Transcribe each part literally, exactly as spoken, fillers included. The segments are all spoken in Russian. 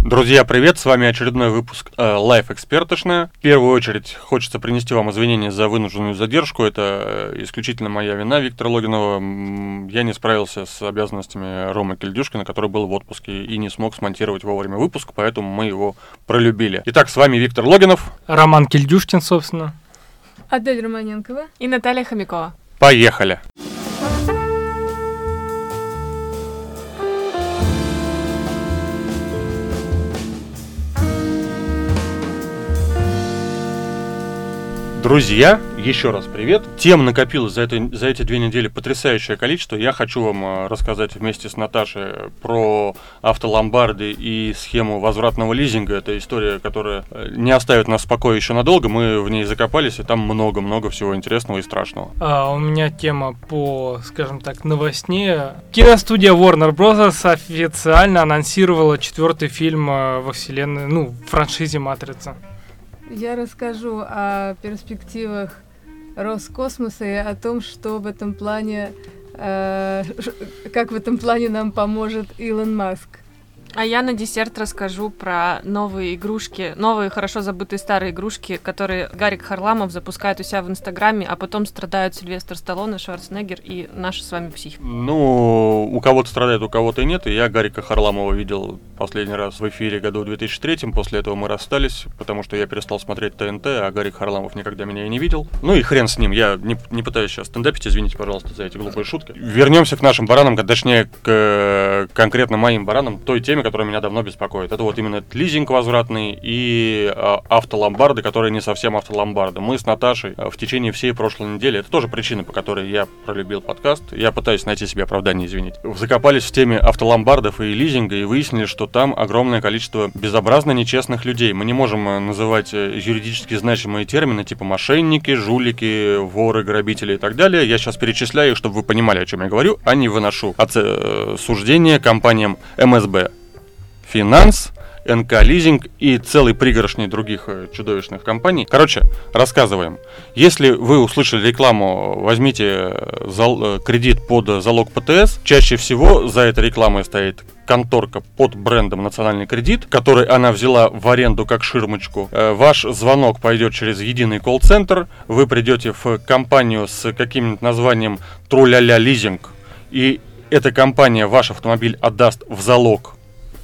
Друзья, привет! С вами очередной выпуск э, Life Экспертошная. В первую очередь хочется принести вам извинения за вынужденную задержку. Это э, исключительно моя вина, Виктора Логинова. Я не справился с обязанностями Ромы Кильдюшкина, который был в отпуске и не смог смонтировать вовремя выпуск, поэтому мы его пролюбили. Итак, с вами Виктор Логинов. Роман Кильдюшкин, собственно. Адель Романенкова. И Наталья Хомякова. Поехали! Друзья, еще раз привет. Тем накопилось за, это, за эти две недели потрясающее количество. Я хочу вам рассказать вместе с Наташей про автоломбарды и схему возвратного лизинга. Это история, которая не оставит нас в покое еще надолго. Мы в ней закопались, и там много-много всего интересного и страшного. А, у меня тема по, скажем так, новостнее. Киностудия Warner Bros. Официально анонсировала четвертый фильм во вселенной, ну, в франшизе «Матрица». Я расскажу о перспективах Роскосмоса и о том, что в этом плане, э, как в этом плане нам поможет Илон Маск. А я на десерт расскажу про новые игрушки, новые хорошо забытые старые игрушки, которые Гарик Харламов запускает у себя в Инстаграме, а потом страдают Сильвестр Сталлоне, Шварценеггер и наши с вами психи. Ну, у кого-то страдает, у кого-то и нет. И я Гарика Харламова видел последний раз в эфире году в две тысячи третьем. После этого мы расстались, потому что я перестал смотреть ТНТ, а Гарик Харламов никогда меня и не видел. Ну и хрен с ним, я не, не пытаюсь сейчас стендапить, извините, пожалуйста, за эти глупые шутки. Вернемся к нашим баранам, точнее, к конкретно моим баранам, той теме, которая меня давно беспокоит. Это вот именно этот лизинг возвратный и а, автоломбарды, которые не совсем автоломбарды. Мы с Наташей а, в течение всей прошлой недели, это тоже причина, по которой я пролюбил подкаст, я пытаюсь найти себе оправдание, извините, закопались в теме автоломбардов и лизинга и выяснили, что там огромное количество безобразно нечестных людей. Мы не можем называть юридически значимые термины типа мошенники, жулики, воры, грабители и так далее. Я сейчас перечисляю их, чтобы вы понимали, о чем я говорю, а не выношу осуждения компаниям эм эс бэ Финанс, эн ка Лизинг и целый пригоршни других чудовищных компаний. Короче, рассказываем. Если вы услышали рекламу, возьмите зал, кредит под залог пэ тэ эс, чаще всего за этой рекламой стоит конторка под брендом «Национальный кредит», который она взяла в аренду как ширмочку. Ваш звонок пойдет через единый колл-центр, вы придете в компанию с каким-нибудь названием «Тру-ля-ля Лизинг», и эта компания ваш автомобиль отдаст в залог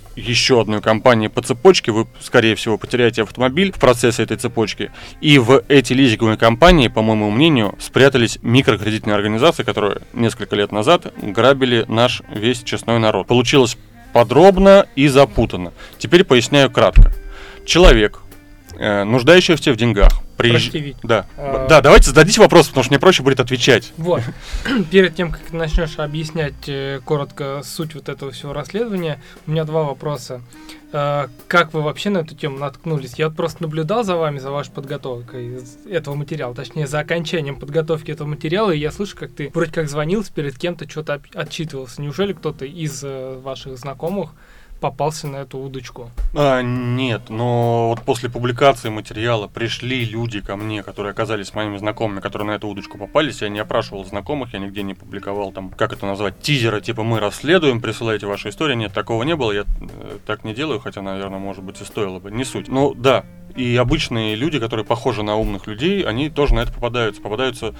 еще одной компании по цепочке, вы, скорее всего, потеряете автомобиль в процессе этой цепочки. И в эти лизинговые компании, по моему мнению, спрятались микрокредитные организации, которые несколько лет назад грабили наш весь честной народ. Получилось подробно и запутанно. Теперь поясняю кратко. Человек, э, нуждающийся в деньгах, приезж... Да. А... да, давайте зададите вопрос, потому что мне проще будет отвечать. Вот. Перед тем, как ты начнешь объяснять э, коротко суть вот этого всего расследования, у меня два вопроса. Э, как вы вообще на эту тему наткнулись? Я вот просто наблюдал за вами, за вашей подготовкой этого материала, точнее, за окончанием подготовки этого материала, и я слышу, как ты вроде как звонил перед кем-то, что-то отчитывался. Неужели кто-то из э, ваших знакомых попался на эту удочку? А, нет, но вот после публикации материала пришли люди ко мне, которые оказались моими знакомыми, которые на эту удочку попались. Я не опрашивал знакомых, я нигде не публиковал там, как это назвать, тизеры, типа мы расследуем, присылайте ваши истории. Нет, такого не было, я э, так не делаю, хотя, наверное, может быть и стоило бы, не суть. Ну да, и обычные люди, которые похожи на умных людей, они тоже на это попадаются, попадаются.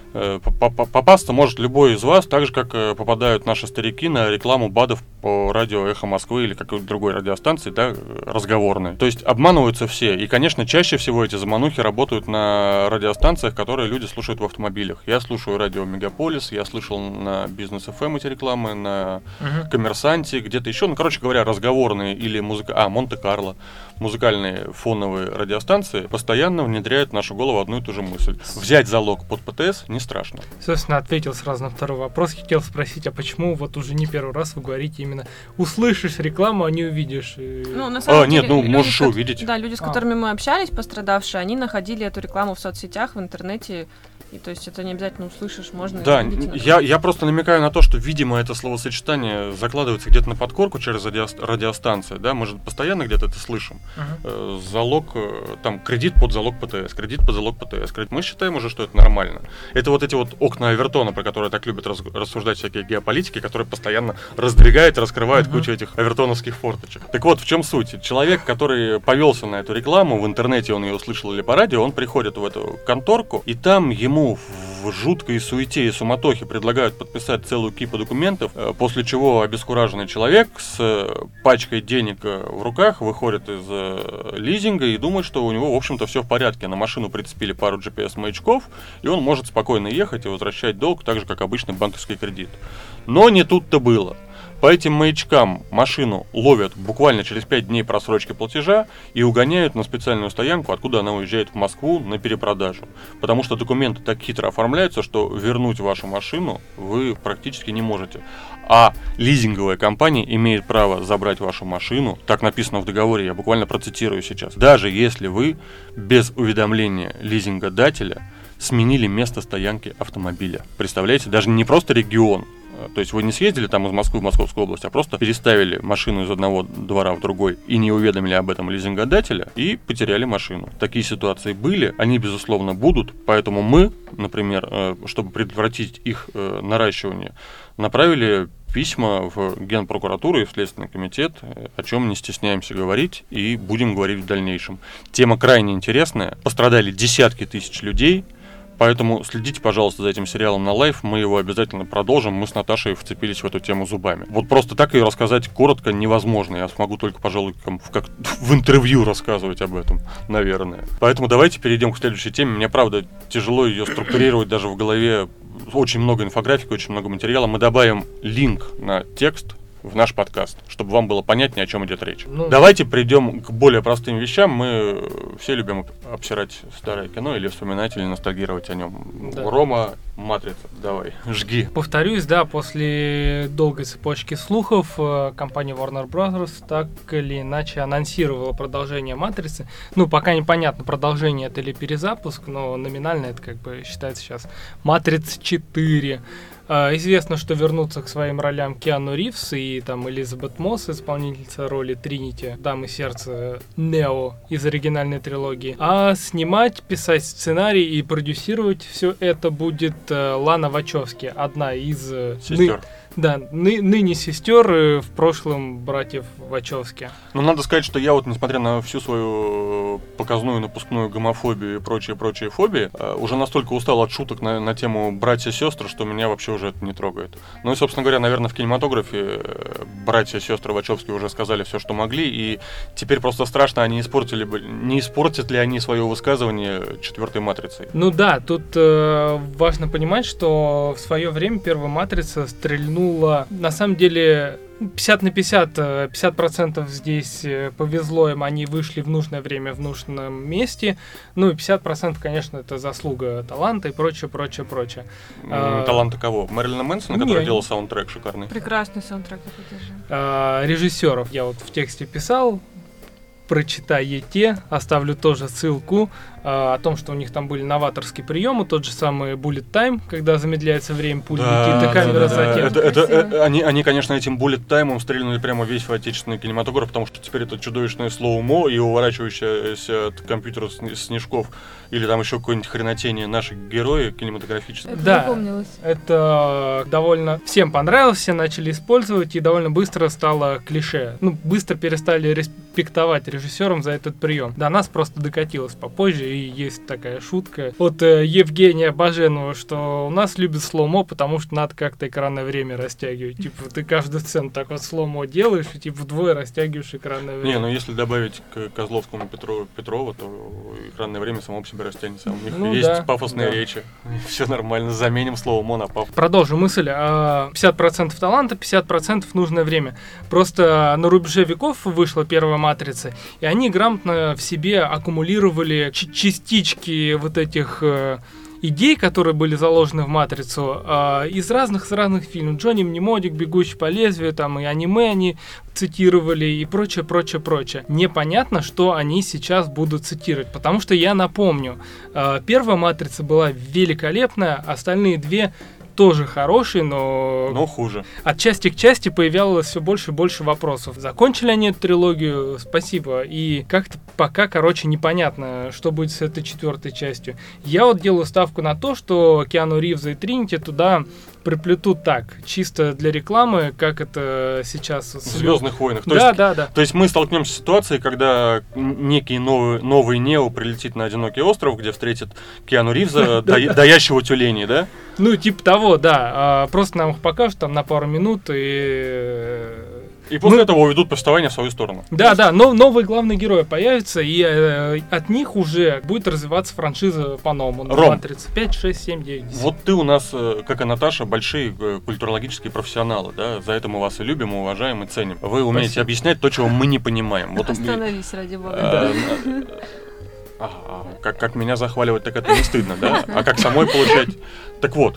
Попасться может любой из вас, так же, как попадают наши старики на рекламу БАДов по радио «Эхо Москвы» или какой-то другой радиостанции, да, разговорные. То есть обманываются все. И, конечно, чаще всего эти заманухи работают на радиостанциях, которые люди слушают в автомобилях. Я слушаю радио «Мегаполис», я слышал на Бизнес эф эм эти рекламы, на uh-huh. «Коммерсанте», где-то еще. Ну, короче говоря, разговорные или музыка... А, Монте-Карло. Музыкальные фоновые радиостанции постоянно внедряют в нашу голову одну и ту же мысль. Взять залог под пэ тэ эс не страшно. Собственно, ответил сразу на второй вопрос. Хотел спросить, а почему вот уже не первый раз вы говорите именно услышишь рекламу, а не увидишь? И... Ну, на самом а, деле, нет, ну, люди, можешь с, увидеть. Да, люди, с а. которыми мы общались, пострадавшие, они находили эту рекламу в соцсетях, в интернете. И то есть это не обязательно услышишь, можно... Да, я, я просто намекаю на то, что, видимо, это словосочетание закладывается где-то на подкорку через радио, радиостанции, да, мы же постоянно где-то это слышим. Uh-huh. Залог, там, кредит под залог пэ тэ эс, кредит под залог пэ тэ эс. Мы считаем уже, что это нормально. Это вот эти вот окна Авертона, про которые так любят раз, рассуждать всякие геополитики, которые постоянно раздвигают, раскрывают uh-huh. кучу этих авертоновских форточек. Так вот, в чем суть? Человек, который повелся на эту рекламу, в интернете он ее услышал или по радио, он приходит в эту конторку, и там ему в жуткой суете и суматохе предлагают подписать целую кипу документов, после чего обескураженный человек с пачкой денег в руках выходит из лизинга и думает, что у него, в общем-то, все в порядке. На машину прицепили пару джи пи эс-маячков, и он может спокойно ехать и возвращать долг, так же, как обычный банковский кредит. Но не тут-то было. По этим маячкам машину ловят буквально через пять дней просрочки платежа и угоняют на специальную стоянку, откуда она уезжает в Москву на перепродажу. Потому что документы так хитро оформляются, что вернуть вашу машину вы практически не можете. А лизинговая компания имеет право забрать вашу машину, так написано в договоре, я буквально процитирую сейчас, даже если вы без уведомления лизингодателя сменили место стоянки автомобиля. Представляете, даже не просто регион. То есть вы не съездили там из Москвы в Московскую область, а просто переставили машину из одного двора в другой и не уведомили об этом лизингодателя и потеряли машину. Такие ситуации были, они, безусловно, будут, поэтому мы, например, чтобы предотвратить их наращивание, направили письма в Генпрокуратуру и в Следственный комитет, о чем не стесняемся говорить и будем говорить в дальнейшем. Тема крайне интересная, пострадали десятки тысяч людей. Поэтому следите, пожалуйста, за этим сериалом на лайв, мы его обязательно продолжим, мы с Наташей вцепились в эту тему зубами. Вот просто так ее рассказать коротко невозможно, я смогу только, пожалуй, как в интервью рассказывать об этом, наверное. Поэтому давайте перейдем к следующей теме, мне, правда, тяжело ее структурировать даже в голове, очень много инфографики, очень много материала, мы добавим линк на текст в наш подкаст, чтобы вам было понятнее, о чем идет речь. Ну, давайте перейдем к более простым вещам. Мы все любим обсирать старое кино или вспоминать, или ностальгировать о нем. Да. Рома, «Матрица», давай, жги. Повторюсь, да, после долгой цепочки слухов компания Warner Bros. Так или иначе анонсировала продолжение «Матрицы». Ну, пока непонятно, продолжение это или перезапуск, но номинально это как бы считается сейчас «Матрица четыре». Известно, что вернутся к своим ролям Киану Ривз и там Элизабет Мосс, исполнительница роли Тринити, дамы сердца Нео из оригинальной трилогии. А снимать, писать сценарий и продюсировать все это будет э, Лана Вачовски, одна из... Э, сестер. Ны... Да, ны- ныне сестер, в прошлом братьев Вачовски. Ну, надо сказать, что я вот, несмотря на всю свою показную напускную гомофобию и прочие-прочие фобии, уже настолько устал от шуток на, на тему братья-сестры, что меня вообще уже это не трогает. Ну и, собственно говоря, наверное, в кинематографе братья-сестры Вачовски уже сказали все, что могли, и теперь просто страшно, они испортили бы, не испортят ли они свое высказывание четвертой матрицей. Ну да, тут э, важно понимать, что в свое время первая матрица стрельнула. На самом деле пятьдесят на пятьдесят, пятьдесят процентов здесь повезло им, они вышли в нужное время в нужном месте, ну и пятьдесят процентов, конечно, это заслуга таланта и прочее, прочее, прочее. Mm, таланта кого? Мэрилина Мэнсона, который не, делал саундтрек шикарный? Прекрасный саундтрек, поддержи. А, режиссеров я вот в тексте писал, прочитаете, оставлю тоже ссылку а, о том, что у них там были новаторские приемы, тот же самый Bullet Time, когда замедляется время, пули да, летит, и камера да, затем. Это, это, это, они, они, конечно, этим Bullet Time стрельнули прямо весь в отечественный кинематограф, потому что теперь это чудовищное слоумо и уворачивающаяся от компьютера снежков или там еще какое-нибудь хренотение наши герои кинематографические. Это да, запомнилось. Это довольно всем понравилось, все начали использовать, и довольно быстро стало клише. Ну, быстро перестали респектовать режиссерам за этот прием. До нас просто докатилось попозже, и есть такая шутка от э, Евгения Баженова, что у нас любят слоумо, потому что надо как-то экранное время растягивать. Типа, ты каждую сцену так вот слоумо делаешь, и типа вдвое растягиваешь экранное время. Не, ну если добавить к Козловскому Петру, Петрова, то экранное время само по себе растянется. У них ну, есть да, пафосные да. речи. Все нормально, заменим слоумо на пафос. Продолжу мысль. пятьдесят процентов таланта, пятьдесят процентов нужное время. Просто на рубеже веков вышла первая матрица, и они грамотно в себе аккумулировали ч- частички вот этих э, идей, которые были заложены в матрицу, э, из разных из разных фильмов. Джонни Мнемодик, Бегущий по лезвию, там и аниме они цитировали и прочее, прочее, прочее. Непонятно, что они сейчас будут цитировать, потому что я напомню, э, первая матрица была великолепная, остальные две тоже хороший, но... Но хуже. От части к части появлялось все больше и больше вопросов. Закончили они эту трилогию, спасибо, и как-то пока, короче, непонятно, что будет с этой четвертой частью. Я вот делаю ставку на то, что Киану Ривза и Тринити туда приплетут так, чисто для рекламы, как это сейчас... В «Звездных войнах». То да, есть, да, да. То есть мы столкнемся с ситуацией, когда некий новый, новый Нео прилетит на одинокий остров, где встретит Киану Ривза, даящего тюленей, да? Ну, типа того, да. Просто нам их покажут там на пару минут и... И после ну, этого уведут повествование в свою сторону. Да, да, но новые главные герои появятся, и э, от них уже будет развиваться франшиза по-новому. Ром, Матрица пять, шесть, семь, девять, десять. Вот ты у нас, как и Наташа, большие культурологические профессионалы, да? За это мы вас и любим, и уважаем, и ценим. Вы умеете Спасибо. Объяснять то, чего мы не понимаем. Вот, Остановись, ради бога. А, а, а, как, как меня захваливать, так это не стыдно, да? А как самой получать? Так вот,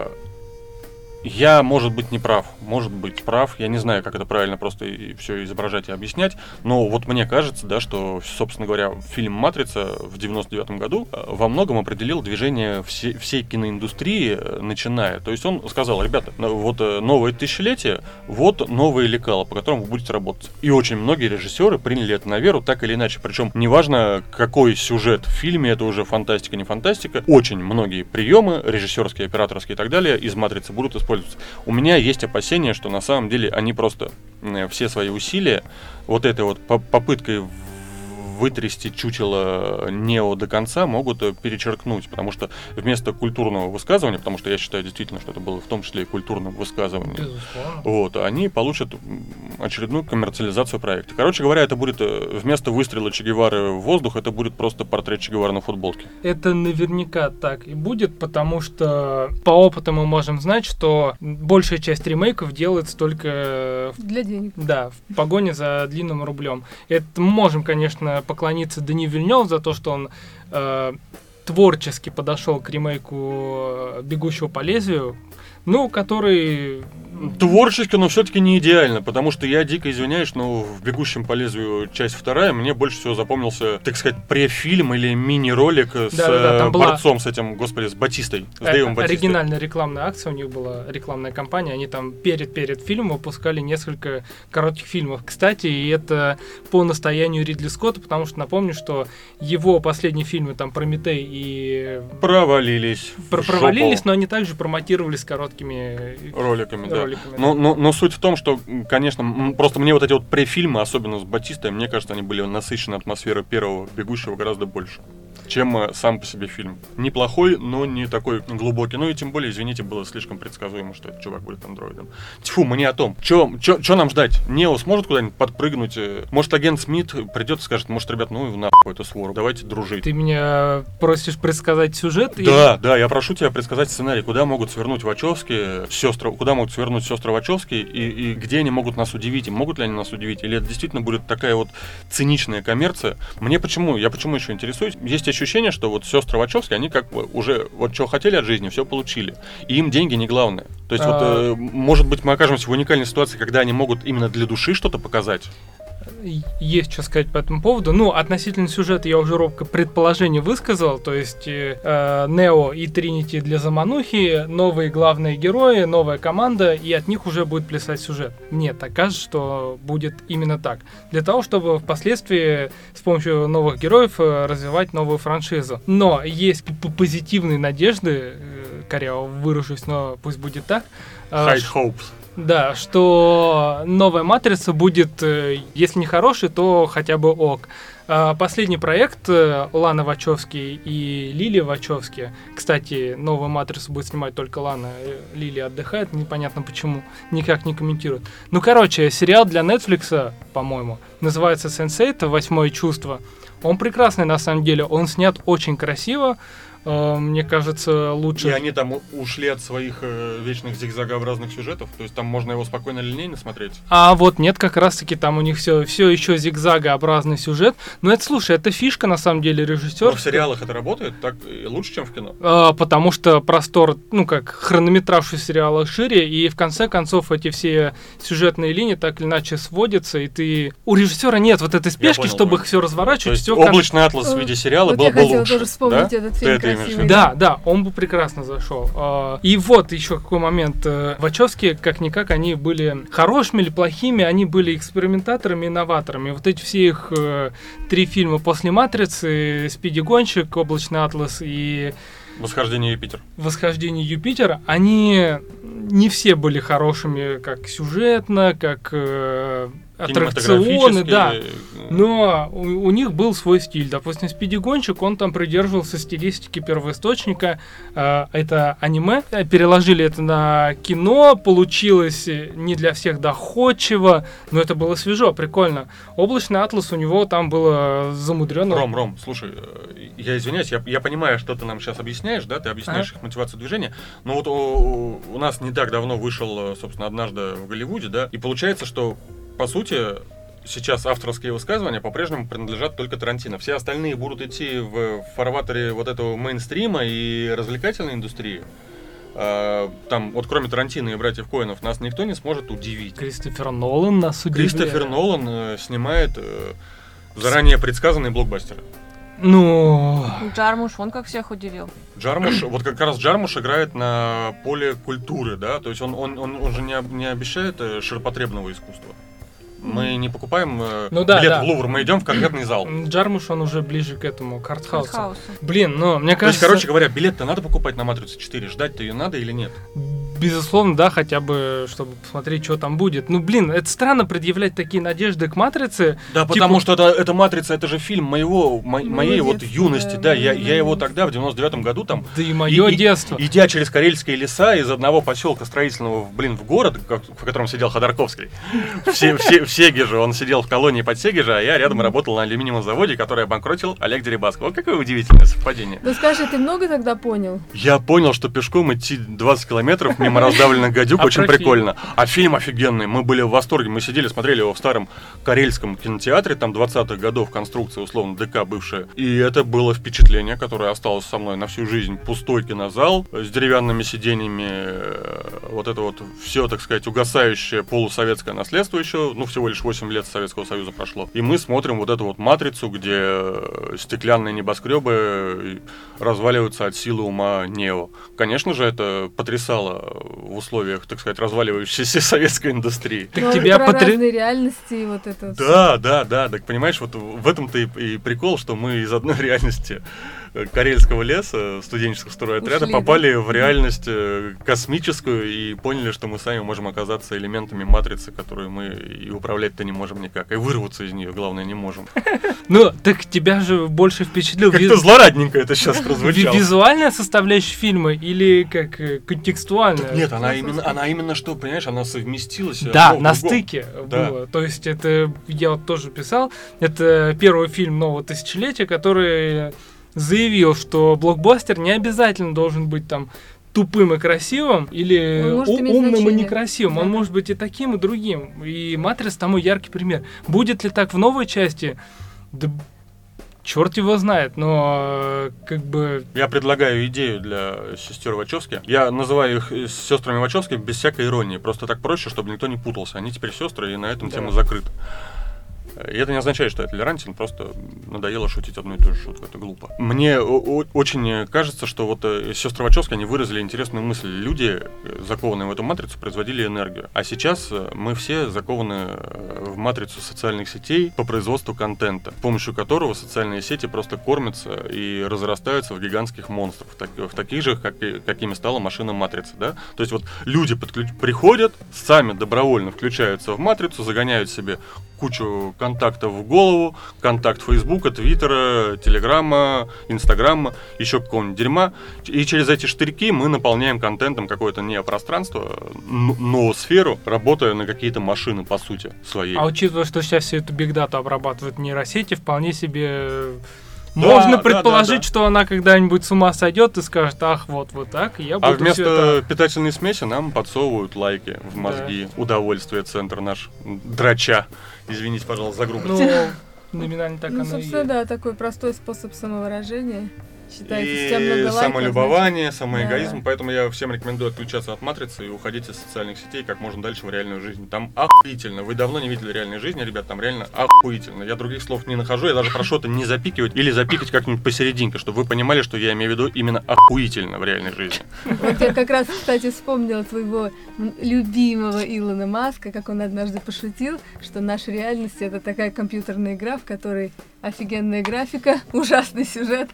я, может быть, не прав, может быть, прав, я не знаю, как это правильно просто все изображать и объяснять, но вот мне кажется, да, что, собственно говоря, фильм «Матрица» в девяносто девятом году во многом определил движение всей, всей киноиндустрии, начиная. То есть он сказал: ребята, вот новое тысячелетие, вот новые лекала, по которым вы будете работать. И очень многие режиссеры приняли это на веру, так или иначе. Причем неважно, какой сюжет в фильме, это уже фантастика, не фантастика, очень многие приемы, режиссерские, операторские и так далее, из «Матрицы» будут использоваться. У меня есть опасения, что на самом деле они просто все свои усилия вот этой вот попыткой вытрясти чучело Нео до конца могут перечеркнуть, потому что вместо культурного высказывания, потому что я считаю действительно, что это было в том числе и культурным высказыванием, Безусловно. Вот, они получат очередную коммерциализацию проекта. Короче говоря, это будет вместо выстрела Че Гевары в воздух, это будет просто портрет Че Гевары на футболке. Это наверняка так и будет, потому что по опыту мы можем знать, что большая часть ремейков делается только для денег. Да, в погоне за длинным рублем. Это мы можем, конечно, поклониться Дени Вильнёв за то, что он э, творчески подошел к ремейку «Бегущего по лезвию», ну, который... Творчески, но все-таки не идеально, потому что я дико извиняюсь, но в «Бегущем по лезвию» часть вторая мне больше всего запомнился, так сказать, префильм или мини-ролик с да, да, да, борцом, была... с этим, господи, с Батистой, с э- Дэйвом Батистой. Оригинальная рекламная акция у них была, рекламная кампания, они там перед-перед фильмом выпускали несколько коротких фильмов. Кстати, и это по настоянию Ридли Скотта, потому что напомню, что его последние фильмы, там, «Прометей» и... Провалились. Про- провалились, но они также промотировались короткими роликами, да. роликами, но, но, но суть в том, что, конечно, просто мне вот эти вот префильмы, особенно с Батистой, мне кажется, они были насыщены атмосферой первого «Бегущего» гораздо больше, чем сам по себе фильм. Неплохой, но не такой глубокий. Ну и тем более, извините, было слишком предсказуемо, что этот чувак будет андроидом. Тьфу, мы не о том. Чё, чё, чё нам ждать? Нео сможет куда-нибудь подпрыгнуть? Может, агент Смит придет и скажет: может, ребят, ну нахуй эту свору, давайте дружить. Ты меня просишь предсказать сюжет? Да, или... да, я прошу тебя предсказать сценарий, куда могут свернуть Вачовски, сестры, куда могут свернуть сестры Вачовски, и, и где они могут нас удивить, и могут ли они нас удивить, или это действительно будет такая вот циничная коммерция. Мне почему, я почему еще интересуюсь? Есть ощущение, что вот сестры Вачовски, они как бы уже вот что хотели от жизни, все получили. И им деньги не главное. То есть а... вот, э, может быть, мы окажемся в уникальной ситуации, когда они могут именно для души что-то показать. Есть что сказать по этому поводу. Ну, относительно сюжета я уже робко предположение высказал. То есть э, Нео и Тринити для заманухи, новые главные герои, новая команда, и от них уже будет плясать сюжет. Мне так кажется, что будет именно так. Для того, чтобы впоследствии с помощью новых героев развивать новую франшизу. Но есть позитивные надежды, э, коряво выражусь, но пусть будет так. High hopes. Да, что новая «Матрица» будет, если не хороший, то хотя бы ок. Последний проект Ланы Вачовски и Лили Вачовски. Кстати, новую «Матрицу» будет снимать только Лана. Лили отдыхает, непонятно почему, никак не комментирует. Ну, короче, сериал для Netflix, по-моему, называется «сенс эйт. Восьмое чувство». Он прекрасный, на самом деле. Он снят очень красиво. Мне кажется, лучше... И они там ушли от своих э, вечных зигзагообразных сюжетов? То есть там можно его спокойно линейно смотреть? А вот нет, как раз-таки там у них все, все еще зигзагообразный сюжет. Но это, слушай, это фишка, на самом деле, режиссера. Но в сериалах это работает так лучше, чем в кино? А, потому что простор, ну как, хронометраж у сериала шире, и в конце концов эти все сюжетные линии так или иначе сводятся, и ты... У режиссера нет вот этой спешки, понял, чтобы понял. их все разворачивать. То есть все «Облачный атлас» в виде сериала вот был бы лучше. Я хотела тоже вспомнить да? этот фильм, Ты имеешь в красивый. виду? Да, да, он бы прекрасно зашел. А, И вот еще какой момент. э, Вачовски, как-никак, они были хорошими или плохими, они были экспериментаторами, инноваторами. Вот эти все их э, три фильма после «Матрицы», «Спиди-гонщик», «Облачный атлас» и Восхождение Юпитер. «Восхождение Юпитера», они не все были хорошими как сюжетно, как э, аттракционы, да. Но у, у них был свой стиль. Допустим, «Спиди-гонщик», он там придерживался стилистики первоисточника. Э, это аниме. Переложили это на кино. Получилось не для всех доходчиво, но это было свежо, прикольно. «Облачный атлас», у него там было замудренно. Ром, Ром, слушай, э, я извиняюсь, я, я понимаю, что ты нам сейчас объясняешь, да, ты объясняешь А? их мотивацию движения, но вот у, у нас не так давно вышел, э, собственно, «Однажды в Голливуде», да, и получается, что, по сути, сейчас авторские высказывания по-прежнему принадлежат только Тарантино. Все остальные будут идти в фарватере вот этого мейнстрима и развлекательной индустрии. А, там, вот кроме Тарантино и братьев Коэнов, нас никто не сможет удивить. Кристофер Нолан нас удивляет. Кристофер Нолан э, снимает э, заранее предсказанные блокбастеры. Ну... Джармуш, он как всех удивил. Джармуш, вот как раз Джармуш играет на поле культуры, да, то есть он, он, он, он же не, об- не обещает э, ширпотребного искусства. Мы не покупаем э, Ну да, билет да. в Лувр, мы идем в конкретный зал. Джармуш, он уже ближе к этому, к артхаусу. Хаусу. Блин, ну, мне То есть, кажется... короче говоря, билет-то надо покупать на «Матрицу четыре», ждать-то ее надо или нет? Безусловно, да, хотя бы, чтобы посмотреть, что там будет. Ну, блин, это странно предъявлять такие надежды к «Матрице». Да, потому что это, это «Матрица», это же фильм моего, мо- Моего моей вот детства, юности, да, да, я, моего я его юности. тогда, в девяносто девятом году, там, Да и мое И- и- детство. идя через карельские леса из одного поселка строительного, в- блин, в город, как- в котором сидел Ходорковский, все, все, в Сегеже, он сидел в колонии под Сегеже, а я рядом работал на алюминиевом заводе, который обанкротил Олег Дерибаско. Вот какое удивительное совпадение. Ну скажи, ты много тогда понял? Я понял, что пешком идти двадцать километров мимо раздавленных гадюк А очень про фильм? прикольно. А фильм офигенный. Мы были в восторге. Мы сидели, смотрели его в старом карельском кинотеатре, там двадцатых годов, конструкция, условно, ДК бывшая. И это было впечатление, которое осталось со мной на всю жизнь. Пустой кинозал с деревянными сиденьями. э, Вот это вот все, так сказать, угасающее полусоветское наследство еще. Ну, всего лишь восемь лет Советского Союза прошло. И мы смотрим вот эту вот «Матрицу», где э, стеклянные небоскребы разваливаются от силы ума Нео. Конечно же, это потрясало в условиях, так сказать, разваливающейся советской индустрии. Так Ну, тебя про потр- разные реальности и вот это вот Да, да, да, так понимаешь, вот в этом-то и, и прикол, что мы из одной реальности э, карельского леса, студенческого стройотряда, Ушли, да? попали в реальность э, космическую и поняли, что мы сами можем оказаться элементами матрицы, которую мы и управлять-то не можем никак, и вырваться из нее, главное, не можем. Ну, так тебя же больше впечатлил ви- Как-то злорадненько это сейчас ви- прозвучало. визуальная составляющая фильма или как э, контекстуальная? Нет, она именно, она именно что, понимаешь, она совместилась. э, Да, одно в на другом. стыке Да. было. То есть это, я вот тоже писал, это первый фильм нового тысячелетия, который заявил, что блокбастер не обязательно должен быть там тупым и красивым, или Он может у- иметь умным и значение. некрасивым. Он Да. может быть и таким, и другим. И «Матрица» тому яркий пример. Будет ли так в новой части? Да черт его знает, но э, как бы... Я предлагаю идею для сестер Вачовски. Я называю их э, сестрами Вачовски без всякой иронии. Просто так проще, чтобы никто не путался. Они теперь сестры, и на этом Да. тема закрыта. И это не означает, что я толерантен, просто надоело шутить одну и ту же шутку, это глупо. Мне о- о- очень кажется, что вот э, сестры Вачовски, они выразили интересную мысль. Люди, э, закованные в эту матрицу, производили энергию. А сейчас э, мы все закованы э, в матрицу социальных сетей по производству контента, с помощью которого социальные сети просто кормятся и разрастаются в гигантских монстров, так- в таких же, как и- какими стала машина матрицы, да? То есть вот люди подключ- приходят, сами добровольно включаются в матрицу, загоняют себе кучу контактов в голову, контакт Фейсбука, Твиттера, Телеграма, Инстаграма, еще какого-нибудь дерьма. И через эти штырьки мы наполняем контентом какое-то неопространство, н- ноосферу, работая на какие-то машины, по сути, своей. А учитывая, что сейчас всю эту бигдату обрабатывают нейросети, вполне себе э, Да, можно да, предположить, да, да. что она когда-нибудь с ума сойдет и скажет, ах, вот, вот так, и я буду А вместо всё это... питательной смеси нам подсовывают лайки в мозги. Удовольствие, центр наш драча. Извините, пожалуйста, за грубость. Ну, номинально так Ну, оно и собственно, есть. да, такой простой способ самовыражения. Считаете, и у тебя много лайков, самолюбование, значит? самоэгоизм, Да. поэтому я всем рекомендую отключаться от матрицы и уходить из социальных сетей как можно дальше в реальную жизнь. Там охуительно. Вы давно не видели реальной жизни, ребят, там реально охуительно. Я других слов не нахожу, я даже прошу это не запикивать или запикать как-нибудь посерединке, чтобы вы понимали, что я имею в виду именно охуительно в реальной жизни. Вот я как раз, кстати, вспомнила твоего любимого Илона Маска, как он однажды пошутил, что наша реальность — это такая компьютерная игра, в которой офигенная графика, ужасный сюжет.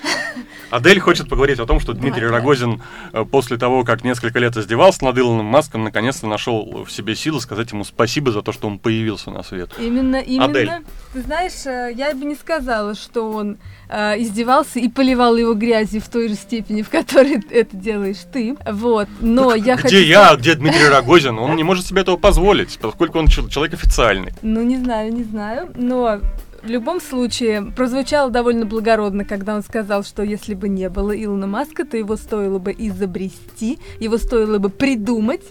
Адель хочет поговорить о том, что Дмитрий Да, да. Рогозин э, после того, как несколько лет издевался над Илоном Маском, наконец-то нашел в себе силы сказать ему спасибо за то, что он появился на свет. Именно, именно. Адель. Ты знаешь, э, я бы не сказала, что он э, издевался и поливал его грязью в той же степени, в которой это делаешь ты. Вот. Но я Где хочу... я, а где Дмитрий Рогозин? Он не может себе этого позволить, поскольку он чел- человек официальный. Ну, не знаю, не знаю, но в любом случае прозвучало довольно благородно, когда он сказал, что если бы не было Илона Маска, то его стоило бы изобрести, его стоило бы придумать.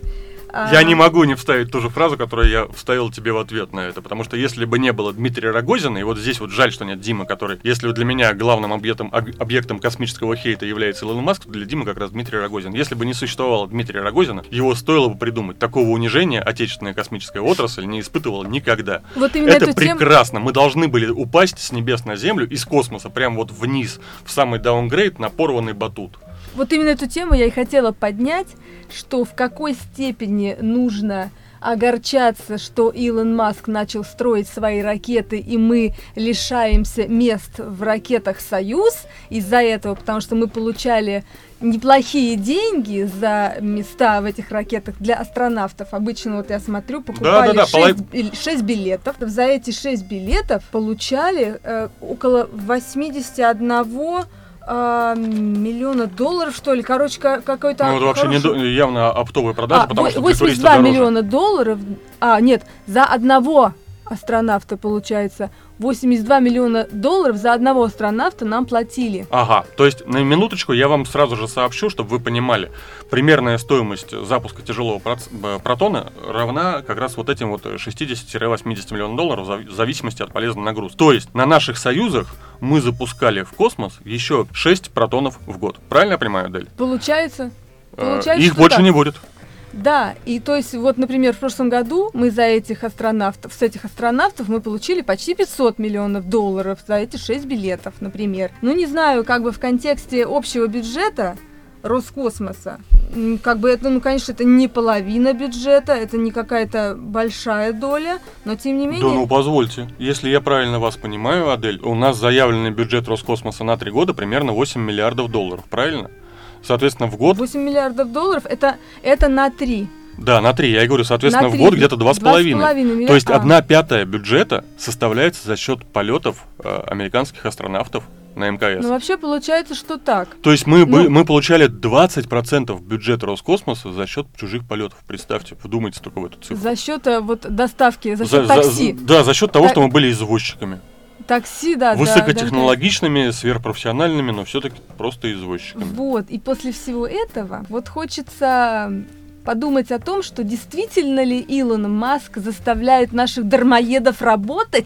Я не могу не вставить ту же фразу, которую я вставил тебе в ответ на это, потому что если бы не было Дмитрия Рогозина, и вот здесь вот жаль, что нет Димы, который, если для меня главным объектом, об- объектом космического хейта является Илон Маск, то для Димы как раз Дмитрий Рогозин. Если бы не существовало Дмитрия Рогозина, его стоило бы придумать. Такого унижения отечественная космическая отрасль не испытывала никогда. Вот именно Это эту тему... прекрасно. Мы должны были упасть с небес на землю, из космоса, прямо вот вниз, в самый даунгрейд на порванный батут. Вот именно эту тему я и хотела поднять, что в какой степени нужно огорчаться, что Илон Маск начал строить свои ракеты, и мы лишаемся мест в ракетах «Союз» из-за этого, потому что мы получали неплохие деньги за места в этих ракетах для астронавтов. Обычно, вот я смотрю, покупали Да-да-да, шесть билетов. За эти шесть билетов получали э, около восемьдесят один а, миллиона долларов, что ли. Короче, ка- какой-то... Ну, это вообще не хороший- до- явно оптовая продажа, а, потому во- что для туристов восемьдесят два дороже. миллиона долларов. А, нет, за одного астронавта получается. восемьдесят два миллиона долларов за одного астронавта нам платили. Ага, то есть на минуточку я вам сразу же сообщу, чтобы вы понимали, примерная стоимость запуска тяжелого проц- э, протона равна как раз вот этим вот шестьдесят-восемьдесят миллионов долларов в зависимости от полезной нагрузки. То есть на наших союзах мы запускали в космос еще шесть протонов в год. Правильно я понимаю, Адель? Получается? Э, Получается, Их что больше так. не будет. Да, и то есть вот, например, в прошлом году мы за этих астронавтов, с этих астронавтов мы получили почти пятьсот миллионов долларов за эти шесть билетов, например. Ну, не знаю, как бы в контексте общего бюджета Роскосмоса, м, как бы это, ну, конечно, это не половина бюджета, это не какая-то большая доля, но тем не менее... Да ну позвольте, если я правильно вас понимаю, Адель, у нас заявленный бюджет Роскосмоса на три года примерно восемь миллиардов долларов, правильно? Соответственно, в год... восемь миллиардов долларов это, это на три. Да, на три. Я и говорю, соответственно, На в три. год где-то два с половиной. миллиарда. То есть А. одна пятая бюджета составляется за счет полетов э, американских астронавтов на эм ка эс. Ну, вообще получается, что так. То есть мы, бы- ну- мы получали двадцать процентов бюджета Роскосмоса за счет чужих полетов. Представьте, вдумайтесь только в эту цифру. За счет э, вот доставки, за За- счет за- такси. да, за счет того, Так- что мы были извозчиками. Такси, да, да, Высокотехнологичными, сверхпрофессиональными, но все-таки просто да. извозчиками. Вот, и после всего этого вот хочется подумать о том, что действительно ли Илон Маск заставляет наших дармоедов работать.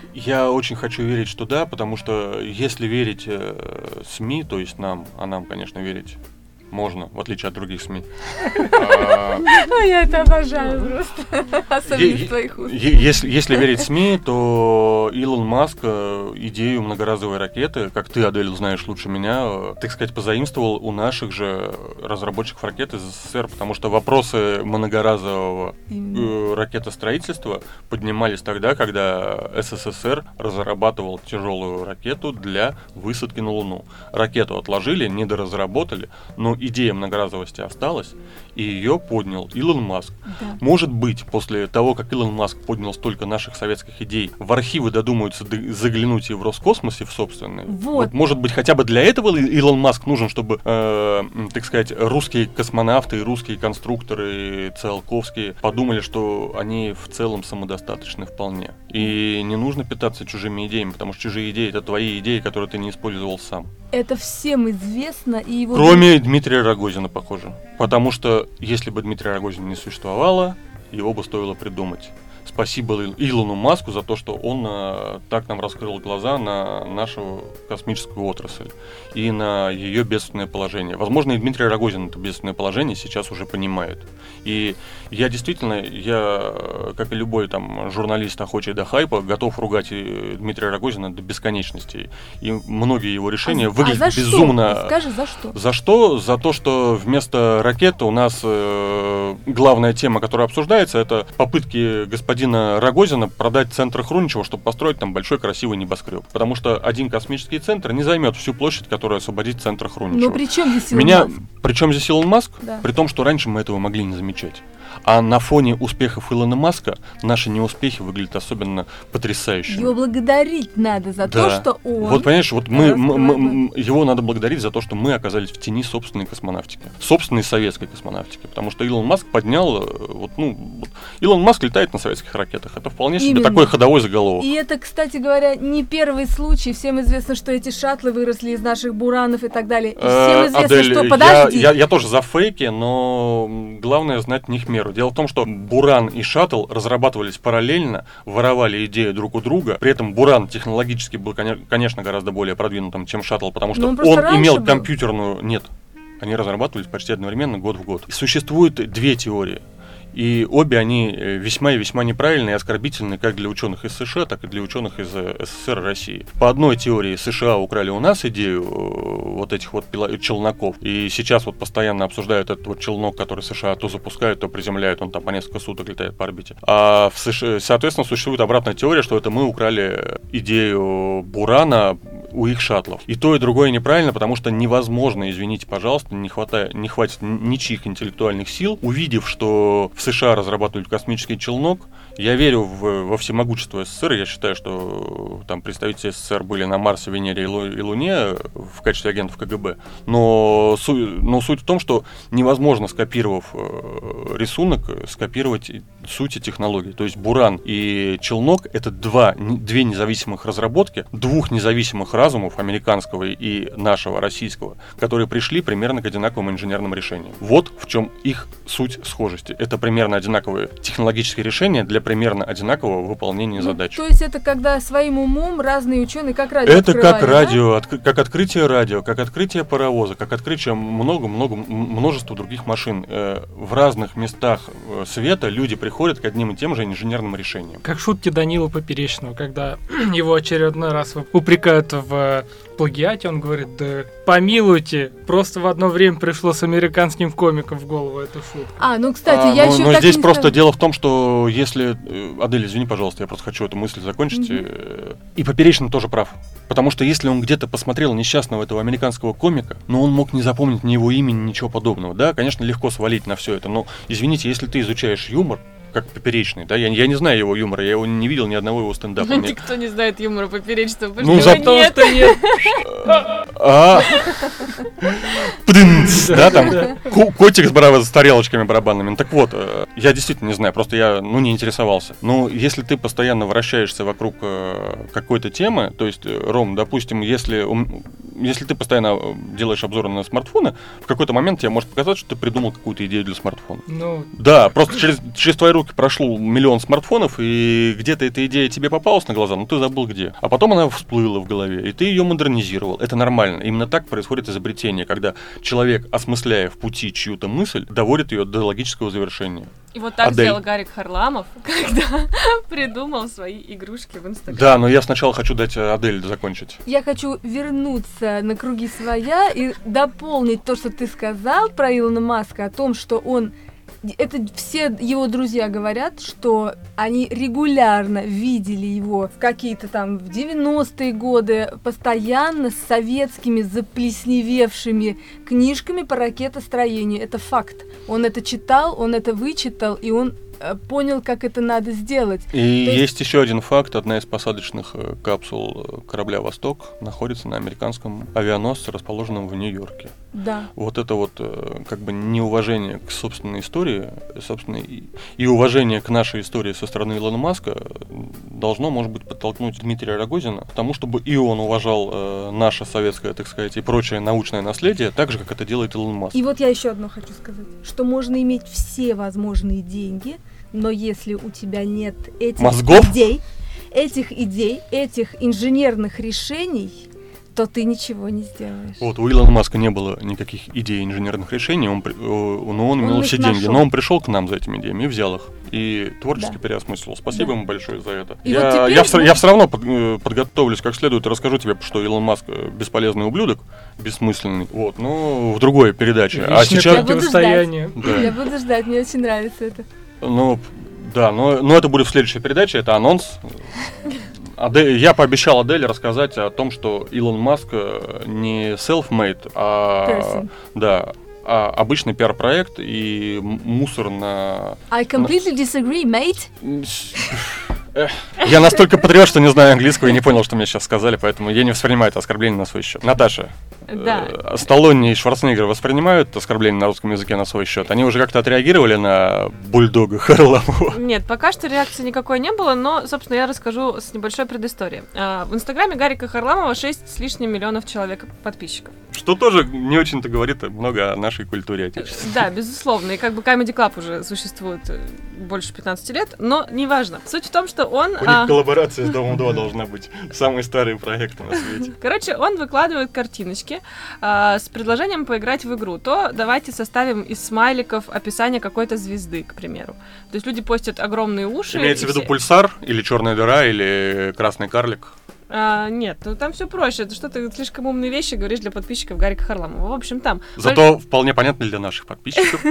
Я очень хочу верить, что да, потому что если верить э, СМИ, то есть нам, а нам, конечно, верить можно, в отличие от других СМИ. А, Я это обожаю просто, особенно Е- из твоих уст. е- Если, если верить СМИ, то Илон Маск э, идею многоразовой ракеты, как ты, Адель, знаешь лучше меня, э, так сказать, позаимствовал у наших же разработчиков ракет из СССР, потому что вопросы многоразового Именно. э, ракетостроительства поднимались тогда, когда СССР разрабатывал тяжелую ракету для высадки на Луну. Ракету отложили, недоразработали, но идея многоразовости осталась, и ее поднял Илон Маск. Да. Может быть, после того, как Илон Маск поднял столько наших советских идей, в архивы додумаются д- заглянуть и в Роскосмосе, в собственные. Вот. Может быть, хотя бы для этого И- Илон Маск нужен, чтобы, э, м, так сказать, русские космонавты и русские конструкторы Циолковские подумали, что они в целом самодостаточны вполне. И не нужно питаться чужими идеями, потому что чужие идеи — это твои идеи, которые ты не использовал сам. Это всем известно, и его... Кроме Дмитрия Рогозина, похоже. Потому что если бы Дмитрия Рогозина не существовало, его бы стоило придумать. спасибо Илону Маску за то, что он э, так нам раскрыл глаза на нашу космическую отрасль и на ее бедственное положение. Возможно, и Дмитрий Рогозин это бедственное положение сейчас уже понимает. И я действительно, я, как и любой там журналист, охочий до хайпа, готов ругать Дмитрия Рогозина до бесконечности. И многие его решения а, выглядят а за безумно. Что? Скажи, за что? За что? За то, что вместо ракеты у нас э, главная тема, которая обсуждается, это попытки господина Рогозина продать центр Хруничева, чтобы построить там большой красивый небоскреб. Потому что один космический центр не займет всю площадь, которую освободит центр Хруничева. Но при чем здесь Илон Меня... Маск? При чем здесь Илон Маск? Да. При том, что раньше мы этого могли не замечать. А на фоне успехов Илона Маска наши неуспехи выглядят особенно потрясающими. Его благодарить надо за да. то, что он... Вот понимаешь, вот мы, мы, мы, его надо благодарить за то, что мы оказались в тени собственной космонавтики. Собственной советской космонавтики. Потому что Илон Маск поднял... Вот, ну, вот, Илон Маск летает на советских ракетах. Это вполне себе Именно. такой ходовой заголовок. И это, кстати говоря, не первый случай. Всем известно, что эти шаттлы выросли из наших буранов и так далее. И всем известно, Адель, что... Подожди. Я, я, я тоже за фейки, но главное знать них меру. Дело в том, что Буран и шаттл разрабатывались параллельно, воровали идею друг у друга. При этом Буран технологически был, конечно, гораздо более продвинутым, чем шаттл, потому что он, он имел был. компьютерную... Нет, они разрабатывались почти одновременно, год в год. И существует две теории. И обе они весьма и весьма неправильные и оскорбительные как для ученых из США, так и для ученых из СССР и России. По одной теории США украли у нас идею вот этих вот челноков, и сейчас вот постоянно обсуждают этот вот челнок, который США то запускают, то приземляют, он там по несколько суток летает по орбите. А в США, соответственно, существует обратная теория, что это мы украли идею Бурана у их шаттлов. И то, и другое неправильно, потому что невозможно, извините, пожалуйста, не, хватает, не хватит ничьих интеллектуальных сил, увидев, что в США разрабатывают космический челнок. Я верю в, во всемогущество СССР, я считаю, что там представители СССР были на Марсе, Венере и, Лу, и Луне в качестве агентов КГБ, но, су, но суть в том, что невозможно, скопировав э, рисунок, скопировать суть и технологии. То есть Буран и челнок — это два, две независимых разработки, двух независимых разумов, американского и нашего, российского, которые пришли примерно к одинаковым инженерным решениям. Вот в чем их суть схожести. Это примерно одинаковые технологические решения для примерно одинакового выполнения ну, задач. То есть это когда своим умом разные ученые как радио Это как да? радио, от, как открытие радио, как открытие паровоза, как открытие много-много, множества других машин. Э, в разных местах света люди приходят к одним и тем же инженерным решениям. Как шутки Данила Поперечного, когда его очередной раз упрекают в плагиате, он говорит: да помилуйте, просто в одно время пришло с американским комиком в голову эту шутку. А, ну, кстати, а, я ну, еще Но так здесь не просто сказала. дело в том, что если... Адель, извини, пожалуйста, я просто хочу эту мысль закончить. Mm-hmm. И Поперечный тоже прав. Потому что если он где-то посмотрел несчастного этого американского комика, но он мог не запомнить ни его имени, ничего подобного. Да, конечно, легко свалить на все это, но, извините, если ты изучаешь юмор, как Поперечный, да, я, я не знаю его юмора, я его не видел ни одного его стендапа. Никто не знает юмора Поперечного, потому ну, что его нет. нет. Да, там котик с тарелочками барабанными. Так вот, я действительно не знаю, просто я, ну, не интересовался. Но если ты постоянно вращаешься вокруг какой-то темы, то есть, Ром, допустим, если если ты постоянно делаешь обзоры на смартфоны, в какой-то момент тебе может показаться, что ты придумал какую-то идею для смартфона. Ну, да, просто через, через твои руки прошло миллион смартфонов, и где-то эта идея тебе попалась на глаза, но ты забыл где. А потом она всплыла в голове, и ты ее модернизировал. Это нормально. Именно так происходит изобретение, когда человек, осмысляя в пути чью-то мысль, доводит ее до логического завершения. И вот так Адель. сделал Гарик Харламов, когда придумал свои игрушки в Инстаграме. Да, но я сначала хочу дать Адель закончить. Я хочу вернуться на круги своя и дополнить то, что ты сказал про Илона Маска, о том, что он... Это все его друзья говорят, что они регулярно видели его в какие-то там в девяностые годы постоянно с советскими заплесневевшими книжками по ракетостроению. Это факт. Он это читал, он это вычитал, и он понял, как это надо сделать. И То есть еще один факт. Одна из посадочных капсул корабля «Восток» находится на американском авианосце, расположенном в Нью-Йорке. Да. Вот это вот как бы неуважение к собственной истории, собственной, и уважение к нашей истории со стороны Илона Маска должно, может быть, подтолкнуть Дмитрия Рогозина к тому, чтобы и он уважал э, наше советское, так сказать, и прочее научное наследие, так же, как это делает Илон Маск. И вот я еще одно хочу сказать, что можно иметь все возможные деньги, Но если у тебя нет этих Мозгов? идей, этих идей, этих инженерных решений, то ты ничего не сделаешь. Вот, у Илона Маска не было никаких идей инженерных решений, он, при- о, но он имел Он все их деньги, нашел. но он пришел к нам за этими идеями и взял их. И творчески Да. переосмыслил. Спасибо Да. ему большое за это. И Я, вот теперь я, все, мы- я все равно под- э, подготовлюсь как следует и расскажу тебе, что Илон Маск э, бесполезный ублюдок, бессмысленный. Вот, но в другой передаче. А Вечное сейчас... Я буду противостояние. Да. Я буду ждать, мне очень нравится это. Ну, да, но, но это будет в следующей передаче, это анонс. Адель- я пообещал Аделе рассказать о том, что Илон Маск э, не self-made, а, Person. да, а обычный пиар-проект и м- мусор на... I completely disagree, mate. Эх, Я настолько патриот, что не знаю английского и не понял, что мне сейчас сказали, поэтому я не воспринимаю это оскорбление на свой счет. Наташа, Да. э, Сталлоне и Шварценеггер воспринимают оскорбление на русском языке на свой счет? Они уже как-то отреагировали на бульдога Харламова? Нет, пока что реакции никакой не было, но, собственно, я расскажу с небольшой предысторией. А, В инстаграме Гарика Харламова шесть с лишним миллионов человек подписчиков. Что тоже не очень-то говорит много о нашей культуре отечественной. Да, безусловно. И как бы Comedy Club уже существует э, больше пятнадцати лет, но неважно. Суть в том, что он... У них а, коллаборация с Домом два должна быть. Самые старые проекты на свете. Короче, он выкладывает картиночки а, с предложением поиграть в игру. То давайте составим из смайликов описание какой-то звезды, к примеру. То есть люди постят огромные уши. Имеется и в виду все- пульсар, или черная дыра, или красный карлик? А, нет, ну там все проще. Это что ты слишком умные вещи говоришь для подписчиков Гарика Харламова. В общем, там... Зато вполне понятно для наших подписчиков.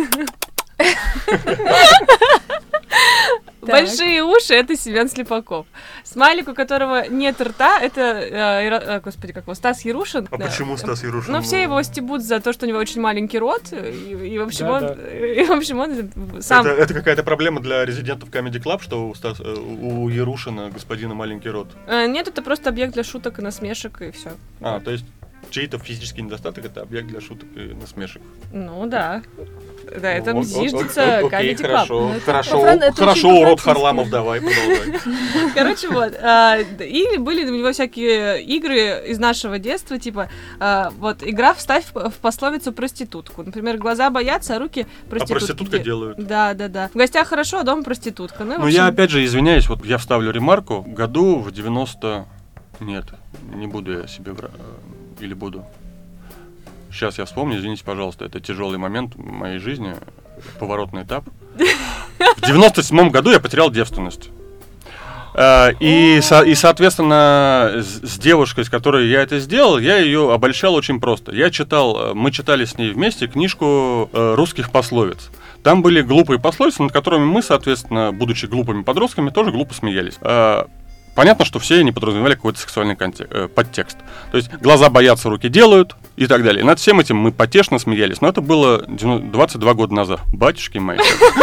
Большие уши — это Семен Слепаков. Смайлик, у которого нет рта, это, э, Ира- э, господи, как его, Стас Ярушин. А Да. почему Стас Ярушин? Ну, все его стебут за то, что у него очень маленький рот, и, и в общем, он, Да-да. и, в общем, он сам... Это, это какая-то проблема для резидентов Comedy Club, что у, Стас, э, у Ярушина господина маленький рот. Э, Нет, это просто объект для шуток и насмешек, и все. А, то есть чей-то физический недостаток — это объект для шуток и насмешек. Ну, да. Да, это О- о- о- зиждется о- окей, Comedy Club. хорошо, Ну, это хорошо, по-фран- это хорошо, очень урод по-французски. Харламов, давай, продолжай. Короче, вот. а, И были у него всякие игры из нашего детства, типа, а, вот, игра «Вставь в в пословицу проститутку». Например, глаза боятся, а руки А проститутки. проститутка делают. Да, да, да. В гостях хорошо, а дома проститутка. Ну, и, в Ну, я общем, опять же извиняюсь, вот я вставлю ремарку. Году в девяносто... Нет, не буду я себе вра... э, Или буду. Сейчас я вспомню, извините, пожалуйста, это тяжелый момент в моей жизни, поворотный этап. В девяносто седьмом году я потерял девственность. Э, И, со- и, соответственно, с с девушкой, с которой я это сделал, я ее обольщал очень просто. Я читал, э, мы читали с ней вместе книжку э, русских пословиц. Там были глупые пословицы, над которыми мы, соответственно, будучи глупыми подростками, тоже глупо смеялись. Э, Понятно, что все они подразумевали какой-то сексуальный конте- э, подтекст. То есть глаза боятся, руки делают и так далее. И над всем этим мы потешно смеялись. Но это было двадцать два года назад. Батюшки мои.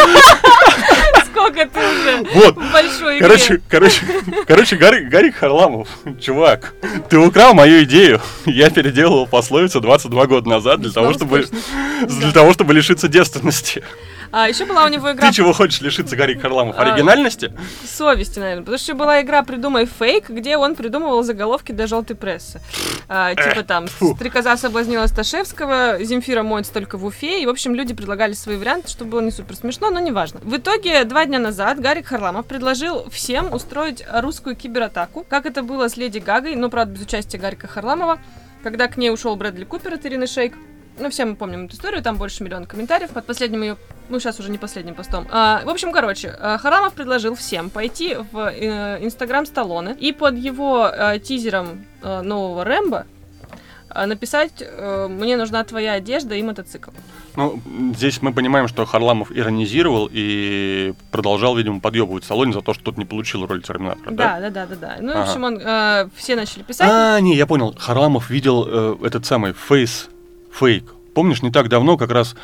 сколько ты уже Вот. в большой игре. Короче, короче, короче, Гарик, Гарик Харламов, чувак, ты украл мою идею. Я переделывал пословицу двадцать два года назад для того, чтобы, для того, чтобы лишиться девственности. А еще была у него игра Ты чего хочешь лишиться, Гарик Харламов? А, Оригинальности? совести, наверное. Потому что была игра «Придумай фейк», где он придумывал заголовки для желтой прессы. А, типа там фу. «Стрекоза соблазнила Сташевского», «Земфира моется только в Уфе». И, в общем, люди предлагали свои варианты, что было не супер смешно, но неважно. В итоге, два дня назад Гарик Харламов предложил всем устроить русскую кибератаку, как это было с Леди Гагой, но, правда, без участия Гарика Харламова, когда к ней ушел Брэдли Купер от Ирины Шейк. Ну, все мы помним эту историю, там больше миллиона комментариев под последним ее, ну, сейчас уже не последним постом. А, в общем, короче, а, Харламов предложил всем пойти в э, Инстаграм Сталлоне и под его э, тизером э, нового Рэмбо э, написать э, «Мне нужна твоя одежда и мотоцикл». Ну, здесь мы понимаем, что Харламов иронизировал и продолжал, видимо, подъебывать Сталлоне за то, что тот не получил роль Терминатора, да? Да, да, да, да, да. Ну, в Ага. общем, он, э, все начали писать. А, не, я понял. Харламов видел э, этот самый фейс, фейк. Помнишь, не так давно как раз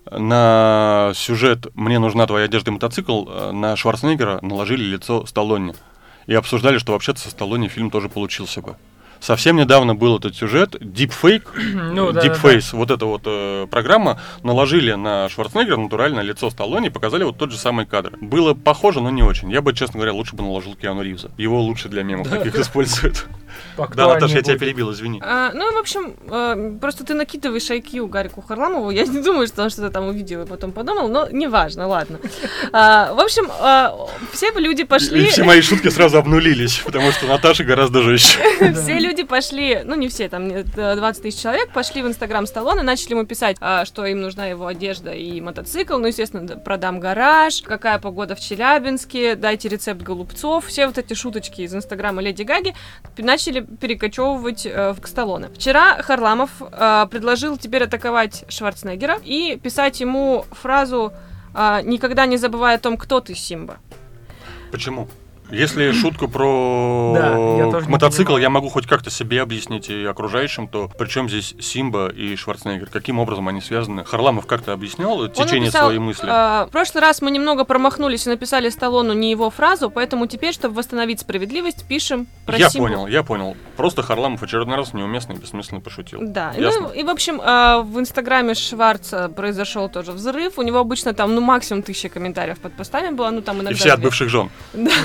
на сюжет «Мне нужна твоя одежда и мотоцикл» э, на Шварценеггера наложили лицо Сталлоне. И обсуждали, что вообще-то со Сталлоне фильм тоже получился бы. Совсем недавно был этот сюжет, Deepfake, Ну, да, Deepface, вот эта вот э, программа, наложили на Шварценеггера натурально лицо Сталлоне и показали вот тот же самый кадр. Было похоже, но не очень. Я бы, честно говоря, лучше бы наложил Киану Ривза. Его лучше для мемов Да, таких да. используют. Да, Актуальнее Наташа, я тебя будет. перебил, извини. А, ну и, в общем, э, просто ты накидываешь ай кью Гарику Харламову. Я не думаю, что он что-то там увидел и потом подумал, но неважно, ладно. А, в общем, а, все люди пошли... И все мои шутки сразу обнулились, потому что Наташа гораздо жестче. Все люди пошли, ну не все, там э, двадцать тысяч человек пошли в Инстаграм Сталлоне, начали ему писать, а, что им нужна его одежда и мотоцикл, ну, естественно, д- продам гараж, какая погода в Челябинске, дайте рецепт голубцов. Все вот эти шуточки из Инстаграма Леди Гаги п- начали перекочевывать э, в- к Сталлоне. Вчера Харламов э, предложил теперь атаковать Шварценеггера и писать ему фразу а, «Никогда не забывай о том, кто ты, Симба». Почему? Если шутку про Да, я тоже не мотоцикл понимаю. я могу хоть как-то себе объяснить и окружающим, то при чем здесь Симба и Шварценеггер? Каким образом они связаны? Харламов как-то объяснял течение Он написал, своей мысли? э, в прошлый раз мы немного промахнулись и написали Сталлону не его фразу, поэтому теперь, чтобы восстановить справедливость, пишем про Я Симбу. понял, я понял. Просто Харламов в очередной раз неуместно и бессмысленно пошутил. Да, Ясно. ну и в общем э, в инстаграме Шварца произошел тоже взрыв. У него обычно там ну максимум тысяча комментариев под постами было, ну там иногда И все от две. бывших жен.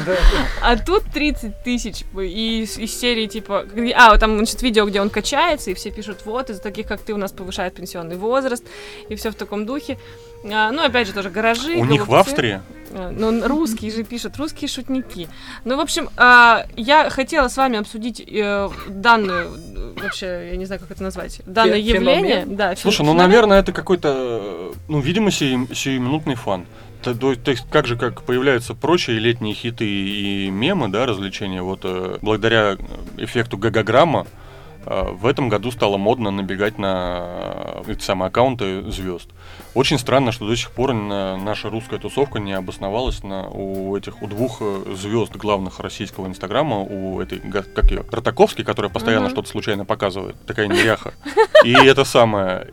А тут тридцать тысяч и из, из серии типа, где- а вот там значит видео, где он качается, и все пишут, вот из-за таких как ты у нас повышает пенсионный возраст и все в таком духе. А, ну опять же тоже гаражи. У них в голубцы. Австрии? А, Ну, русские же пишут, русские шутники. Ну, в общем, а, я хотела с вами обсудить э, данную, э, вообще, я не знаю, как это назвать, данное Фе- явление. феномен? Да, Слушай, фен- ну, феномен. наверное, это какой-то, э, ну, видимо, сию- сиюминутный фан. То, то- то есть, как же, как появляются прочие летние хиты и мемы, да, развлечения, вот э, благодаря эффекту гагаграмма э, в этом году стало модно набегать на э, эти самые аккаунты звезд. Очень странно, что до сих пор на- наша русская тусовка не обосновалась на, у этих, у двух звезд главных российского инстаграма, у этой, га- как ее, Ротаковской, которая постоянно Мгм. что-то случайно показывает, такая неряха, и это самое,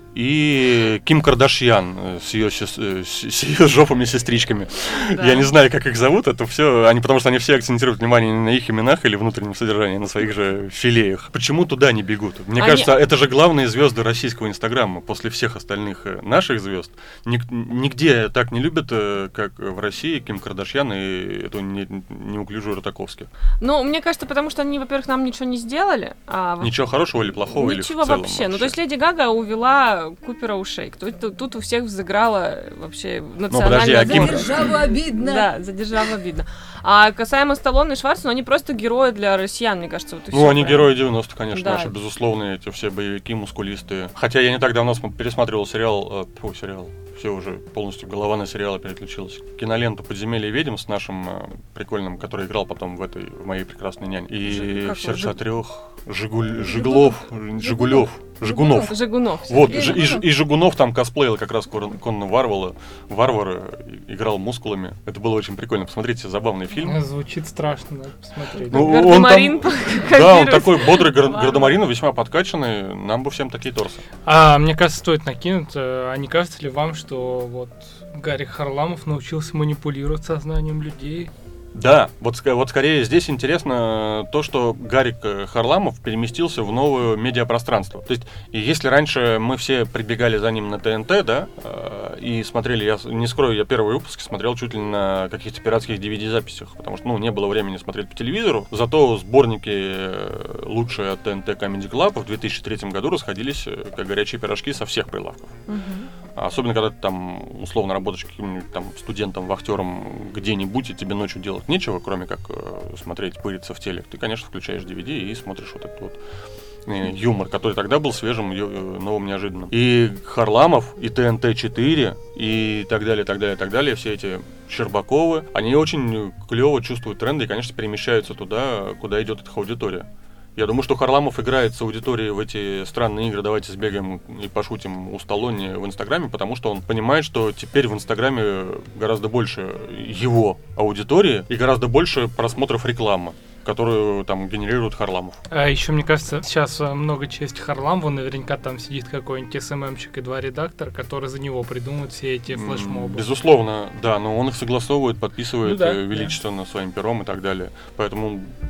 и Ким Кардашьян э, с ее, сес- э, с с ее жопами-сестричками. Да. Я не знаю, как их зовут, это все, они, потому что они все акцентируют внимание не на их именах или внутреннем содержании, а на своих же филеях. Почему туда не бегут? Мне Они- кажется, это же главные звезды российского инстаграма после всех остальных э, наших звезд. Ник- нигде так не любят, э, как в России, Ким Кардашьян и эту не- неуклюжую Ротаковскую. Ну, мне кажется, потому что они, во-первых, нам ничего не сделали, а во- Ничего хорошего или плохого, или в Ничего целом вообще. Ну, то есть Леди Гага увела Купера у Шейк. Тут, тут- тут у всех взыграла вообще национальная... подожди, а Ким- За державу обидно. Да, за державу обидно. А касаемо Сталлоне и Шварца, ну, они просто герои для россиян, мне кажется. Вот и Ну, всё, они правильно. герои девяностых, конечно, Да. наши, безусловные, эти все боевики, мускулистые. Хотя я не так давно см- пересматривал сериал, э, фу, сериал, все уже полностью голова на сериалы переключилась. Киноленту «Подземелье ведьм» с нашим э, прикольным, который играл потом в этой, в «Моей прекрасной няне». И Жиг- как в «Сердце его? трех», Жигуль, Жиглов, Жигулев, Жигунов. Жигунов. Вот, Сергей Ж- и, Ж- Жигунов. и Жигунов там косплеил как раз кор- конно варвара, варвара, и- играл мускулами. Это было очень прикольно. Посмотрите, забавный фильм. Звучит страшно, надо посмотреть. Ну, Гардемарин он там- копирует. Да, он такой бодрый гар- Ладно. гардемарин, весьма подкачанный. Нам бы всем такие торсы. А мне кажется, стоит накинуть. э, А не кажется ли вам, что вот Гарик Харламов научился манипулировать сознанием людей? Да, вот, ска- вот скорее здесь интересно то, что Гарик э, Харламов переместился в новое медиапространство. То есть, и если раньше мы все прибегали за ним на ТНТ, да, э, и смотрели, я с- не скрою, я первые выпуски смотрел чуть ли не на каких-то пиратских ди ви ди-записях, потому что, ну, не было времени смотреть по телевизору. Зато сборники э, лучшие от ТНТ Comedy Club в две тысячи третьем году расходились э, как горячие пирожки со всех прилавков. Мгм. Особенно, когда ты там условно работаешь каким-нибудь там студентом, вахтером где-нибудь, и тебе ночью делать нечего, кроме как э, смотреть, пыриться в телек. Ты, конечно, включаешь ди ви ди и смотришь вот этот вот э, юмор, который тогда был свежим, ё- э, новым, неожиданным. И Харламов, и ТНТ четыре, и так далее, так далее, так далее, все эти Щербаковы, они очень клево чувствуют тренды и, конечно, перемещаются туда, куда идет их аудитория. Я думаю, что Харламов играет с аудиторией в эти странные игры «Давайте сбегаем и пошутим» у Сталлоне в Инстаграме, потому что он понимает, что теперь в Инстаграме гораздо больше его аудитории и гораздо больше просмотров рекламы, которую там генерирует Харламов. А еще, мне кажется, сейчас э, много чести Харламову. Наверняка там сидит какой-нибудь эс эм эм-щик и два редактора, которые за него придумают все эти М, флешмобы. Безусловно, да, но он их согласовывает, подписывает Ну да, э, величественно своим пером и так далее. Поэтому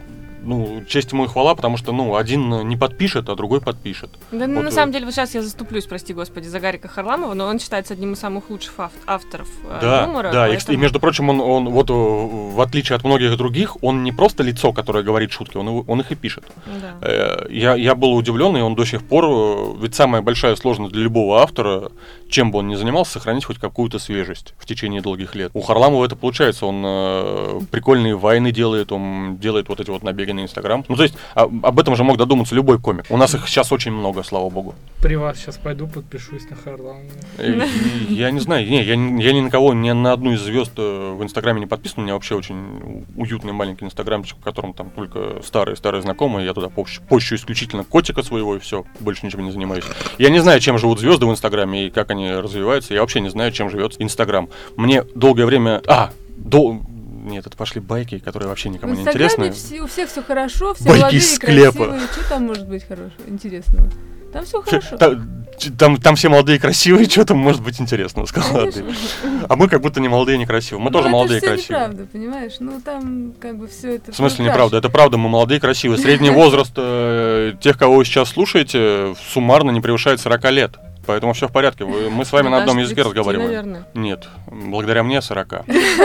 ну, честь ему и хвала, потому что, ну, один не подпишет, а другой подпишет. Да, ну, Вот, на самом деле, вот сейчас я заступлюсь, прости господи, за Гарика Харламова, но он считается одним из самых лучших ав- авторов э, Да, юмора. да, и, поэтому... и, между прочим, он, он вот э, в отличие от многих других, он не просто лицо, которое говорит шутки, он, его- он их и пишет. Да. Э, Я, я был удивлен, и он до сих пор, э, ведь самая большая сложность для любого автора, чем бы он ни занимался, сохранить хоть какую-то свежесть в течение долгих лет. У Харламова это получается, он э, прикольные вайны делает, он делает вот эти вот набеги на Инстаграм. Ну, то есть, а- об этом же мог додуматься любой комик. У нас их сейчас очень много, слава богу. При вас сейчас пойду подпишусь на Харламова. Э, и Я не знаю, не, я, ни- я ни на кого, ни на одну из звезд э, в Инстаграме не подписан. У меня вообще очень уютный маленький Инстаграмчик, в котором там только старые-старые знакомые. Я туда пощу, пощу исключительно котика своего, и все, больше ничем не занимаюсь. Я не знаю, чем живут звезды в Инстаграме и как они развиваются. Я вообще не знаю, чем живет Инстаграм. Мне долгое время... А, дол... Нет, это пошли байки, которые вообще никому В не Инстаграме интересны. все, у всех все хорошо, все Байки молодые, из склепа. красивые. Что там может быть хорошего, интересного? Там все хорошо. Та- Там, там все молодые и красивые, что там может быть интересного, сказала ты. Конечно. А мы как будто не молодые и не красивые. Мы Ну, тоже это молодые и всё красивые. неправда, понимаешь? Ну, там как бы все это... В смысле ну, неправда? Это правда, мы молодые и красивые. Средний возраст э, тех, кого вы сейчас слушаете, суммарно не превышает сорок лет. Поэтому все в порядке. Вы- мы с вами на Ну, одном даже языке тридцать, разговариваем. наверное. Нет, благодаря мне сорок.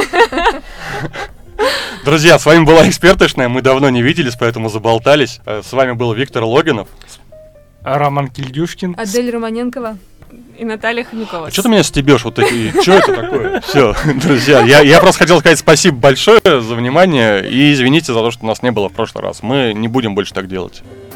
Друзья, с вами была Экспертошная. Мы давно не виделись, поэтому заболтались. Э, С вами был Виктор Логинов. А Роман Кильдюшкин. Адель Романенкова. И Наталья Хомякова. А что ты меня стебешь? Вот эти... Что это такое? Все, друзья, я, я просто хотел сказать спасибо большое за внимание и извините за то, что нас не было в прошлый раз. Мы не будем больше так делать.